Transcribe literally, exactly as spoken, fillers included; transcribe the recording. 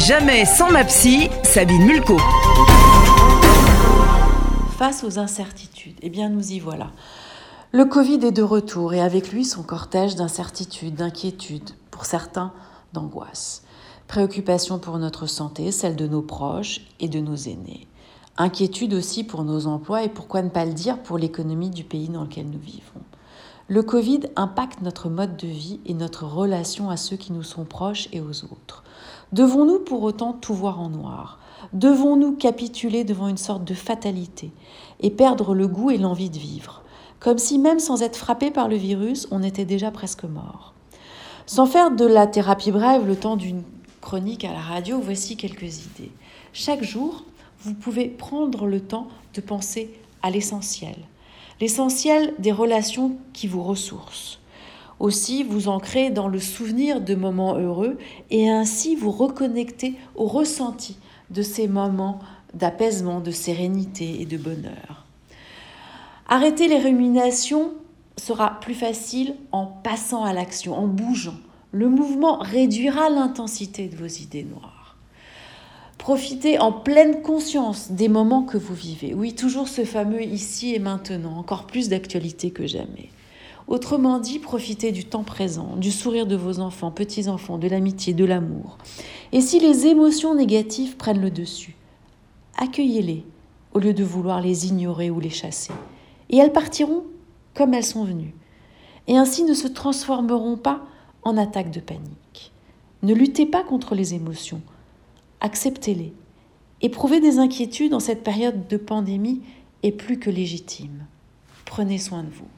Jamais sans ma psy, Sabine Mulco. Face aux incertitudes, eh bien nous y voilà. Le Covid est de retour et avec lui son cortège d'incertitudes, d'inquiétudes, pour certains d'angoisse. Préoccupation pour notre santé, celle de nos proches et de nos aînés. Inquiétude aussi pour nos emplois et pourquoi ne pas le dire pour l'économie du pays dans lequel nous vivons. Le Covid impacte notre mode de vie et notre relation à ceux qui nous sont proches et aux autres. Devons-nous pour autant tout voir en noir ? Devons-nous capituler devant une sorte de fatalité et perdre le goût et l'envie de vivre ? Comme si même sans être frappé par le virus, on était déjà presque mort. Sans faire de la thérapie brève le temps d'une chronique à la radio, voici quelques idées. Chaque jour, vous pouvez prendre le temps de penser à l'essentiel. L'essentiel des relations qui vous ressourcent. Aussi, vous ancrez dans le souvenir de moments heureux et ainsi vous reconnecter au ressenti de ces moments d'apaisement, de sérénité et de bonheur. Arrêter les ruminations sera plus facile en passant à l'action, en bougeant. Le mouvement réduira l'intensité de vos idées noires. Profitez en pleine conscience des moments que vous vivez. Oui, toujours ce fameux ici et maintenant, encore plus d'actualité que jamais. Autrement dit, profitez du temps présent, du sourire de vos enfants, petits-enfants, de l'amitié, de l'amour. Et si les émotions négatives prennent le dessus, accueillez-les au lieu de vouloir les ignorer ou les chasser. Et elles partiront comme elles sont venues. Et ainsi ne se transformeront pas en attaques de panique. Ne luttez pas contre les émotions. Acceptez-les. Éprouver des inquiétudes en cette période de pandémie est plus que légitime. Prenez soin de vous.